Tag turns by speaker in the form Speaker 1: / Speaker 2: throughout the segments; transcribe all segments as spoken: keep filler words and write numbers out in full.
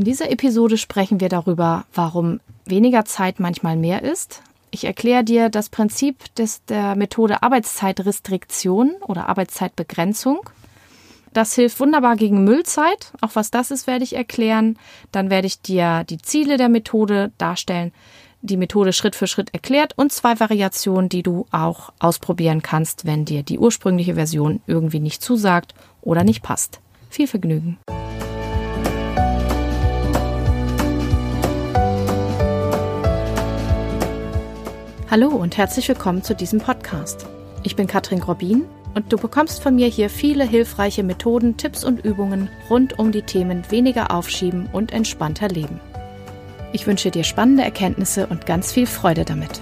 Speaker 1: In dieser Episode sprechen wir darüber, warum weniger Zeit manchmal mehr ist. Ich erkläre dir das Prinzip des, der Methode Arbeitszeitrestriktion oder Arbeitszeitbegrenzung. Das hilft wunderbar gegen Müllzeit. Auch was das ist, werde ich erklären. Dann werde ich dir die Ziele der Methode darstellen, die Methode Schritt für Schritt erklärt und zwei Variationen, die du auch ausprobieren kannst, wenn dir die ursprüngliche Version irgendwie nicht zusagt oder nicht passt. Viel Vergnügen! Hallo und herzlich willkommen zu diesem Podcast. Ich bin Katrin Grobin und du bekommst von mir hier viele hilfreiche Methoden, Tipps und Übungen rund um die Themen weniger aufschieben und entspannter leben. Ich wünsche dir spannende Erkenntnisse und ganz viel Freude damit.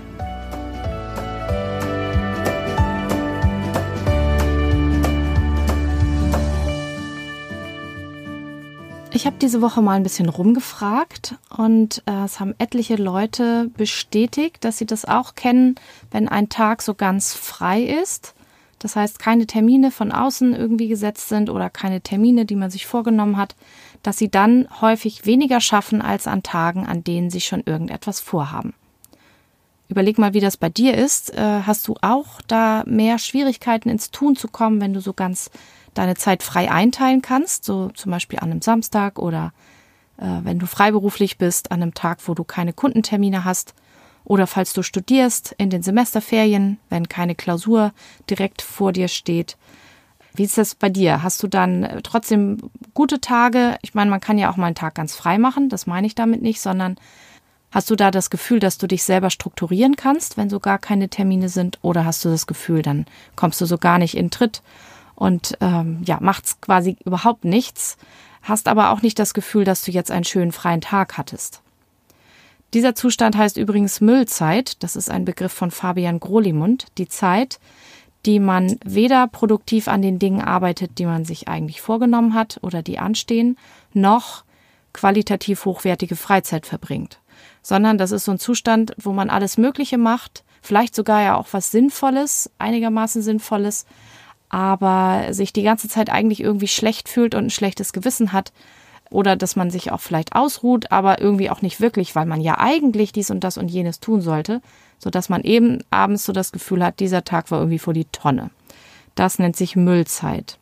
Speaker 1: Ich habe diese Woche mal ein bisschen rumgefragt und äh, es haben etliche Leute bestätigt, dass sie das auch kennen, wenn ein Tag so ganz frei ist. Das heißt, keine Termine von außen irgendwie gesetzt sind oder keine Termine, die man sich vorgenommen hat, dass sie dann häufig weniger schaffen als an Tagen, an denen sie schon irgendetwas vorhaben. Überleg mal, wie das bei dir ist. Äh, hast du auch da mehr Schwierigkeiten ins Tun zu kommen, wenn du so ganz deine Zeit frei einteilen kannst, so zum Beispiel an einem Samstag oder äh, wenn du freiberuflich bist, an einem Tag, wo du keine Kundentermine hast oder falls du studierst in den Semesterferien, wenn keine Klausur direkt vor dir steht. Wie ist das bei dir? Hast du dann trotzdem gute Tage? Ich meine, man kann ja auch mal einen Tag ganz frei machen, das meine ich damit nicht, sondern hast du da das Gefühl, dass du dich selber strukturieren kannst, wenn so gar keine Termine sind, oder hast du das Gefühl, dann kommst du so gar nicht in Tritt und ähm, ja, macht's quasi überhaupt nichts, hast aber auch nicht das Gefühl, dass du jetzt einen schönen freien Tag hattest. Dieser Zustand heißt übrigens Müllzeit. Das ist ein Begriff von Fabian Grolimund. Die Zeit, die man weder produktiv an den Dingen arbeitet, die man sich eigentlich vorgenommen hat oder die anstehen, noch qualitativ hochwertige Freizeit verbringt. Sondern das ist so ein Zustand, wo man alles Mögliche macht, vielleicht sogar ja auch was Sinnvolles, einigermaßen Sinnvolles, aber sich die ganze Zeit eigentlich irgendwie schlecht fühlt und ein schlechtes Gewissen hat oder dass man sich auch vielleicht ausruht, aber irgendwie auch nicht wirklich, weil man ja eigentlich dies und das und jenes tun sollte, sodass man eben abends so das Gefühl hat, dieser Tag war irgendwie vor die Tonne. Das nennt sich Müllzeit.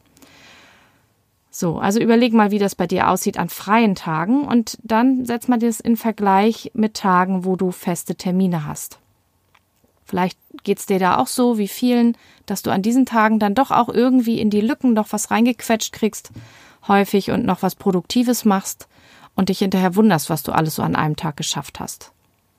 Speaker 1: So, also überleg mal, wie das bei dir aussieht an freien Tagen und dann setzt man das in Vergleich mit Tagen, wo du feste Termine hast. Vielleicht geht's dir da auch so wie vielen, dass du an diesen Tagen dann doch auch irgendwie in die Lücken noch was reingequetscht kriegst, häufig und noch was Produktives machst und dich hinterher wunderst, was du alles so an einem Tag geschafft hast.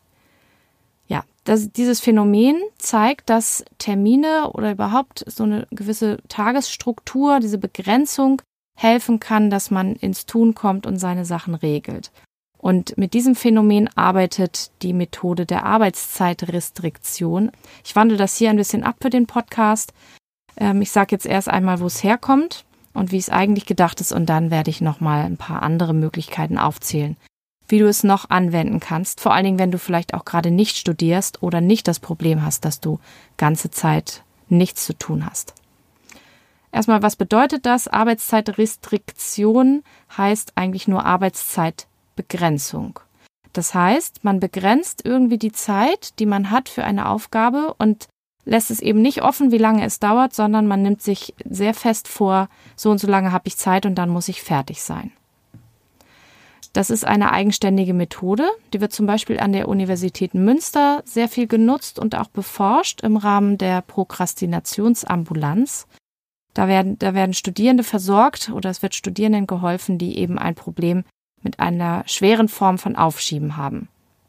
Speaker 1: Ja, das, dieses Phänomen zeigt, dass Termine oder überhaupt so eine gewisse Tagesstruktur, diese Begrenzung helfen kann, dass man ins Tun kommt und seine Sachen regelt. Und mit diesem Phänomen arbeitet die Methode der Arbeitszeitrestriktion. Ich wandle das hier ein bisschen ab für den Podcast. Ähm, ich sage jetzt erst einmal, wo es herkommt und wie es eigentlich gedacht ist und dann werde ich nochmal ein paar andere Möglichkeiten aufzählen, wie du es noch anwenden kannst, vor allen Dingen, wenn du vielleicht auch gerade nicht studierst oder nicht das Problem hast, dass du ganze Zeit nichts zu tun hast. Erstmal, was bedeutet das? Arbeitszeitrestriktion heißt eigentlich nur Arbeitszeitbegrenzung. Das heißt, man begrenzt irgendwie die Zeit, die man hat für eine Aufgabe und lässt es eben nicht offen, wie lange es dauert, sondern man nimmt sich sehr fest vor, so und so lange habe ich Zeit und dann muss ich fertig sein. Das ist eine eigenständige Methode, die wird zum Beispiel an der Universität Münster sehr viel genutzt und auch beforscht im Rahmen der Prokrastinationsambulanz. Da werden, da werden Studierende versorgt oder es wird Studierenden geholfen, die eben ein Problem mit einer schweren Form von Aufschieben haben.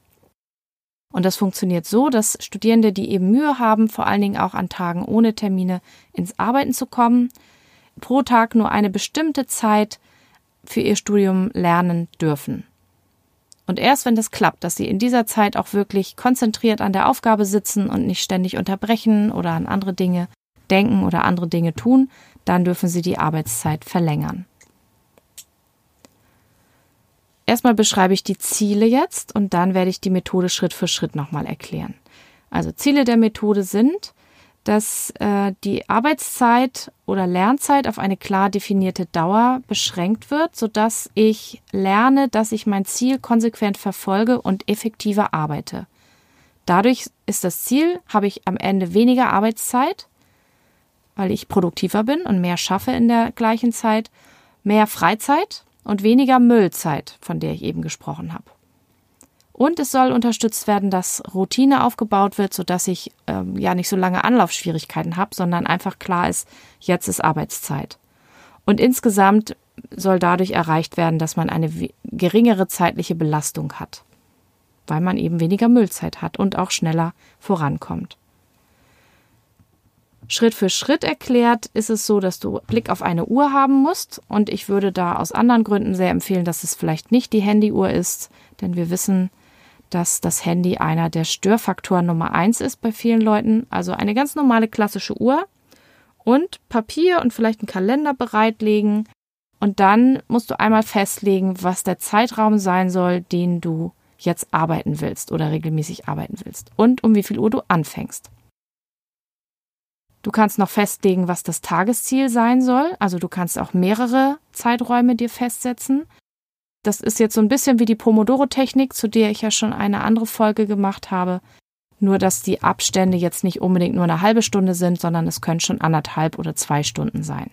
Speaker 1: Und das funktioniert so, dass Studierende, die eben Mühe haben, vor allen Dingen auch an Tagen ohne Termine ins Arbeiten zu kommen, pro Tag nur eine bestimmte Zeit für ihr Studium lernen dürfen. Und erst wenn das klappt, dass sie in dieser Zeit auch wirklich konzentriert an der Aufgabe sitzen und nicht ständig unterbrechen oder an andere Dinge denken oder andere Dinge tun, dann dürfen sie die Arbeitszeit verlängern. Erstmal beschreibe ich die Ziele jetzt und dann werde ich die Methode Schritt für Schritt nochmal erklären. Also Ziele der Methode sind, dass äh, die Arbeitszeit oder Lernzeit auf eine klar definierte Dauer beschränkt wird, sodass ich lerne, dass ich mein Ziel konsequent verfolge und effektiver arbeite. Dadurch ist das Ziel, habe ich am Ende weniger Arbeitszeit, weil ich produktiver bin und mehr schaffe in der gleichen Zeit, mehr Freizeit und weniger Müllzeit, von der ich eben gesprochen habe. Und es soll unterstützt werden, dass Routine aufgebaut wird, sodass ich ähm, ja nicht so lange Anlaufschwierigkeiten habe, sondern einfach klar ist, jetzt ist Arbeitszeit. Und insgesamt soll dadurch erreicht werden, dass man eine we- geringere zeitliche Belastung hat, weil man eben weniger Müllzeit hat und auch schneller vorankommt. Schritt für Schritt erklärt ist es so, dass du Blick auf eine Uhr haben musst. Und ich würde da aus anderen Gründen sehr empfehlen, dass es vielleicht nicht die Handyuhr ist, denn wir wissen, dass das Handy einer der Störfaktoren Nummer eins ist bei vielen Leuten. Also eine ganz normale klassische Uhr und Papier und vielleicht einen Kalender bereitlegen. Und dann musst du einmal festlegen, was der Zeitraum sein soll, den du jetzt arbeiten willst oder regelmäßig arbeiten willst und um wie viel Uhr du anfängst. Du kannst noch festlegen, was das Tagesziel sein soll. Also du kannst auch mehrere Zeiträume dir festsetzen. Das ist jetzt so ein bisschen wie die Pomodoro-Technik, zu der ich ja schon eine andere Folge gemacht habe. Nur, dass die Abstände jetzt nicht unbedingt nur eine halbe Stunde sind, sondern es können schon anderthalb oder zwei Stunden sein.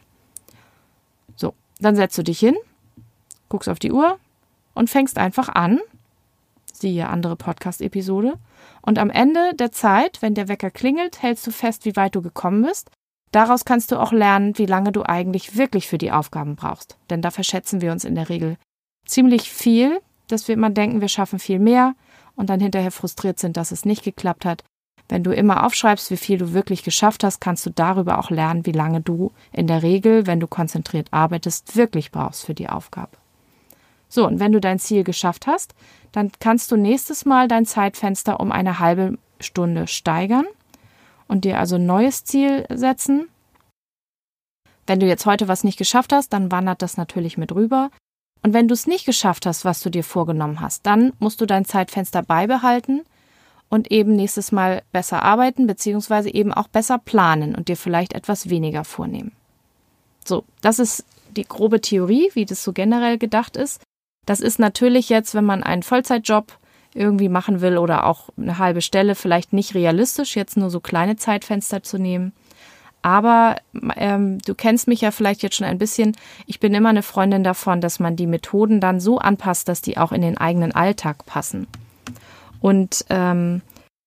Speaker 1: So, dann setzt du dich hin, guckst auf die Uhr und fängst einfach an. Siehe andere Podcast-Episode. Und am Ende der Zeit, wenn der Wecker klingelt, hältst du fest, wie weit du gekommen bist. Daraus kannst du auch lernen, wie lange du eigentlich wirklich für die Aufgaben brauchst. Denn da verschätzen wir uns in der Regel ziemlich viel, dass wir immer denken, wir schaffen viel mehr und dann hinterher frustriert sind, dass es nicht geklappt hat. Wenn du immer aufschreibst, wie viel du wirklich geschafft hast, kannst du darüber auch lernen, wie lange du in der Regel, wenn du konzentriert arbeitest, wirklich brauchst für die Aufgabe. So, und wenn du dein Ziel geschafft hast, dann kannst du nächstes Mal dein Zeitfenster um eine halbe Stunde steigern und dir also ein neues Ziel setzen. Wenn du jetzt heute was nicht geschafft hast, dann wandert das natürlich mit rüber. Und wenn du es nicht geschafft hast, was du dir vorgenommen hast, dann musst du dein Zeitfenster beibehalten und eben nächstes Mal besser arbeiten, beziehungsweise eben auch besser planen und dir vielleicht etwas weniger vornehmen. So, das ist die grobe Theorie, wie das so generell gedacht ist. Das ist natürlich jetzt, wenn man einen Vollzeitjob irgendwie machen will oder auch eine halbe Stelle, vielleicht nicht realistisch, jetzt nur so kleine Zeitfenster zu nehmen. Aber ähm, du kennst mich ja vielleicht jetzt schon ein bisschen. Ich bin immer eine Freundin davon, dass man die Methoden dann so anpasst, dass die auch in den eigenen Alltag passen. Und ähm,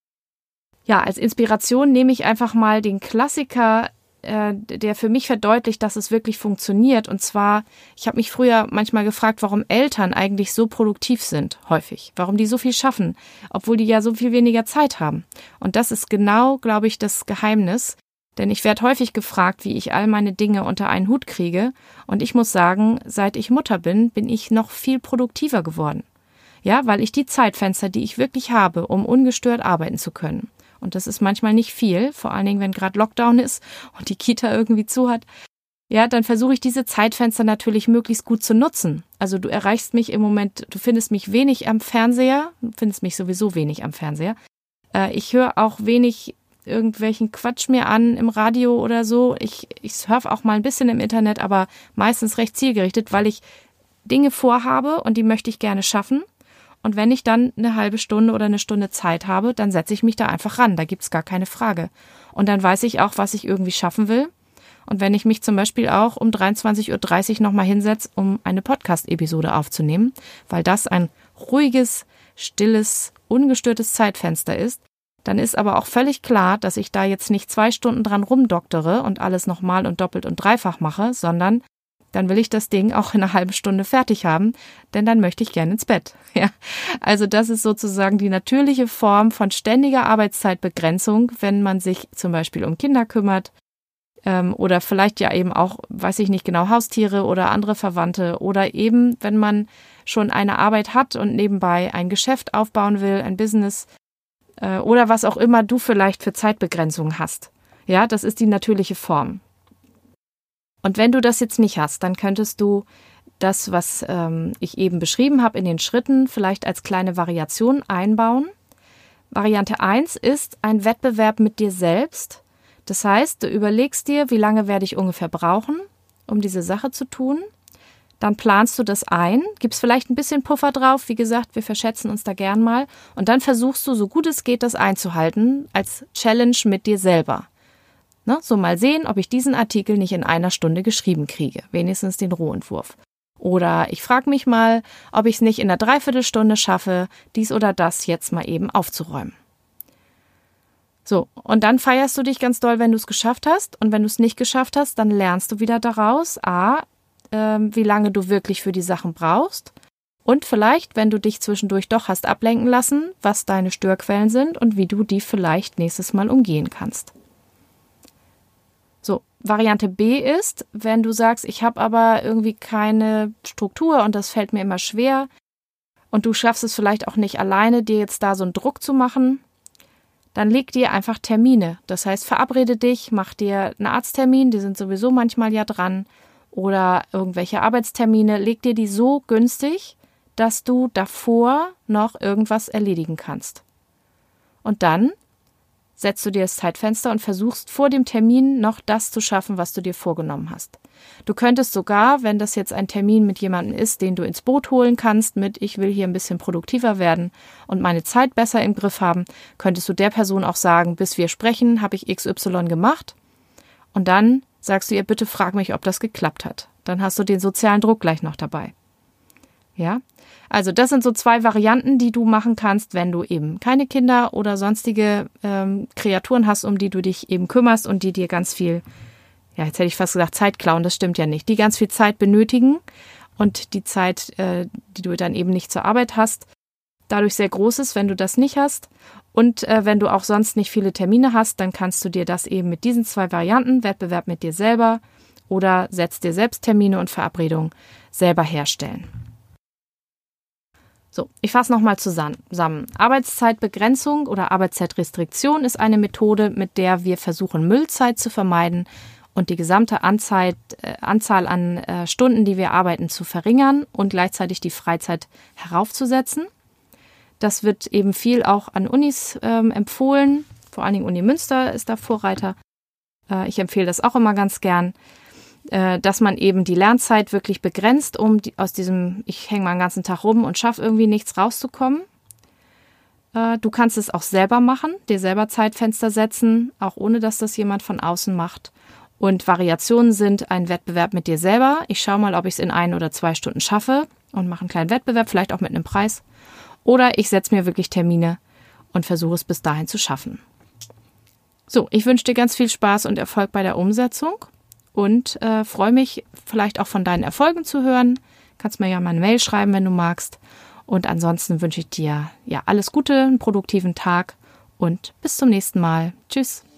Speaker 1: ja, als Inspiration nehme ich einfach mal den Klassiker, äh, der für mich verdeutlicht, dass es wirklich funktioniert. Und zwar, ich habe mich früher manchmal gefragt, warum Eltern eigentlich so produktiv sind, häufig. Warum die so viel schaffen, obwohl die ja so viel weniger Zeit haben. Und das ist genau, glaube ich, das Geheimnis. Denn ich werde häufig gefragt, wie ich all meine Dinge unter einen Hut kriege. Und ich muss sagen, seit ich Mutter bin, bin ich noch viel produktiver geworden. Ja, weil ich die Zeitfenster, die ich wirklich habe, um ungestört arbeiten zu können. Und das ist manchmal nicht viel, vor allen Dingen, wenn gerade Lockdown ist und die Kita irgendwie zu hat. Ja, dann versuche ich diese Zeitfenster natürlich möglichst gut zu nutzen. Also du erreichst mich im Moment, du findest mich wenig am Fernseher, du findest mich sowieso wenig am Fernseher. Äh, ich höre auch wenig irgendwelchen Quatsch mir an im Radio oder so. Ich, ich surfe auch mal ein bisschen im Internet, aber meistens recht zielgerichtet, weil ich Dinge vorhabe und die möchte ich gerne schaffen. Und wenn ich dann eine halbe Stunde oder eine Stunde Zeit habe, dann setze ich mich da einfach ran. Da gibt's gar keine Frage. Und dann weiß ich auch, was ich irgendwie schaffen will. Und wenn ich mich zum Beispiel auch um dreiundzwanzig Uhr dreißig nochmal hinsetze, um eine Podcast-Episode aufzunehmen, weil das ein ruhiges, stilles, ungestörtes Zeitfenster ist, dann ist aber auch völlig klar, dass ich da jetzt nicht zwei Stunden dran rumdoktere und alles nochmal und doppelt und dreifach mache, sondern dann will ich das Ding auch in einer halben Stunde fertig haben, denn dann möchte ich gerne ins Bett. Ja, also das ist sozusagen die natürliche Form von ständiger Arbeitszeitbegrenzung, wenn man sich zum Beispiel um Kinder kümmert ähm, oder vielleicht ja eben auch, weiß ich nicht genau, Haustiere oder andere Verwandte oder eben, wenn man schon eine Arbeit hat und nebenbei ein Geschäft aufbauen will, ein Business äh, oder was auch immer du vielleicht für Zeitbegrenzungen hast. Ja, das ist die natürliche Form. Und wenn du das jetzt nicht hast, dann könntest du das, was ähm, ich eben beschrieben habe in den Schritten, vielleicht als kleine Variation einbauen. Variante eins ist ein Wettbewerb mit dir selbst, Das heißt, du überlegst dir, wie lange werde ich ungefähr brauchen, um diese Sache zu tun. Dann planst du das ein, gibst vielleicht ein bisschen Puffer drauf. Wie gesagt, wir verschätzen uns da gern mal. Und dann versuchst du, so gut es geht, das einzuhalten als Challenge mit dir selber. Ne? So mal sehen, ob ich diesen Artikel nicht in einer Stunde geschrieben kriege. Wenigstens den Rohentwurf. Oder ich frage mich mal, ob ich es nicht in einer Dreiviertelstunde schaffe, dies oder das jetzt mal eben aufzuräumen. So, und dann feierst du dich ganz doll, wenn du es geschafft hast. Und wenn du es nicht geschafft hast, dann lernst du wieder daraus, a, äh, wie lange du wirklich für die Sachen brauchst. Und vielleicht, wenn du dich zwischendurch doch hast ablenken lassen, was deine Störquellen sind und wie du die vielleicht nächstes Mal umgehen kannst. So, Variante B ist, wenn du sagst, ich habe aber irgendwie keine Struktur und das fällt mir immer schwer und du schaffst es vielleicht auch nicht alleine, dir jetzt da so einen Druck zu machen, dann leg dir einfach Termine. Das heißt, verabrede dich, mach dir einen Arzttermin, die sind sowieso manchmal ja dran, oder irgendwelche Arbeitstermine, leg dir die so günstig, dass du davor noch irgendwas erledigen kannst. Und dann setzt du dir das Zeitfenster und versuchst vor dem Termin noch das zu schaffen, was du dir vorgenommen hast. Du könntest sogar, wenn das jetzt ein Termin mit jemandem ist, den du ins Boot holen kannst, mit ich will hier ein bisschen produktiver werden und meine Zeit besser im Griff haben, könntest du der Person auch sagen, bis wir sprechen, habe ich X Y gemacht. Und dann sagst du ihr, bitte frag mich, ob das geklappt hat. Dann hast du den sozialen Druck gleich noch dabei. Ja, also das sind so zwei Varianten, die du machen kannst, wenn du eben keine Kinder oder sonstige ähm, Kreaturen hast, um die du dich eben kümmerst und die dir ganz viel, ja, jetzt hätte ich fast gesagt Zeit klauen, das stimmt ja nicht, die ganz viel Zeit benötigen und die Zeit, äh, die du dann eben nicht zur Arbeit hast, dadurch sehr groß ist, wenn du das nicht hast. Und äh, wenn du auch sonst nicht viele Termine hast, dann kannst du dir das eben mit diesen zwei Varianten, Wettbewerb mit dir selber oder setzt dir selbst Termine und Verabredungen, selber herstellen. So, ich fasse nochmal zusammen. Arbeitszeitbegrenzung oder Arbeitszeitrestriktion ist eine Methode, mit der wir versuchen, Müllzeit zu vermeiden und die gesamte Anzahl, äh, Anzahl an äh, Stunden, die wir arbeiten, zu verringern und gleichzeitig die Freizeit heraufzusetzen. Das wird eben viel auch an Unis ähm, empfohlen, vor allen Dingen Uni Münster ist da Vorreiter. Äh, ich empfehle das auch immer ganz gern, äh, dass man eben die Lernzeit wirklich begrenzt, um die, aus diesem, ich hänge mal den ganzen Tag rum und schaffe irgendwie nichts rauszukommen. Äh, du kannst es auch selber machen, dir selber Zeitfenster setzen, auch ohne, dass das jemand von außen macht. Und Variationen sind ein Wettbewerb mit dir selber. Ich schaue mal, ob ich es in ein oder zwei Stunden schaffe und mache einen kleinen Wettbewerb, vielleicht auch mit einem Preis. Oder ich setze mir wirklich Termine und versuche es bis dahin zu schaffen. So, ich wünsche dir ganz viel Spaß und Erfolg bei der Umsetzung und äh, freue mich, vielleicht auch von deinen Erfolgen zu hören. Kannst mir ja mal eine Mail schreiben, wenn du magst. Und ansonsten wünsche ich dir ja alles Gute, einen produktiven Tag und bis zum nächsten Mal. Tschüss.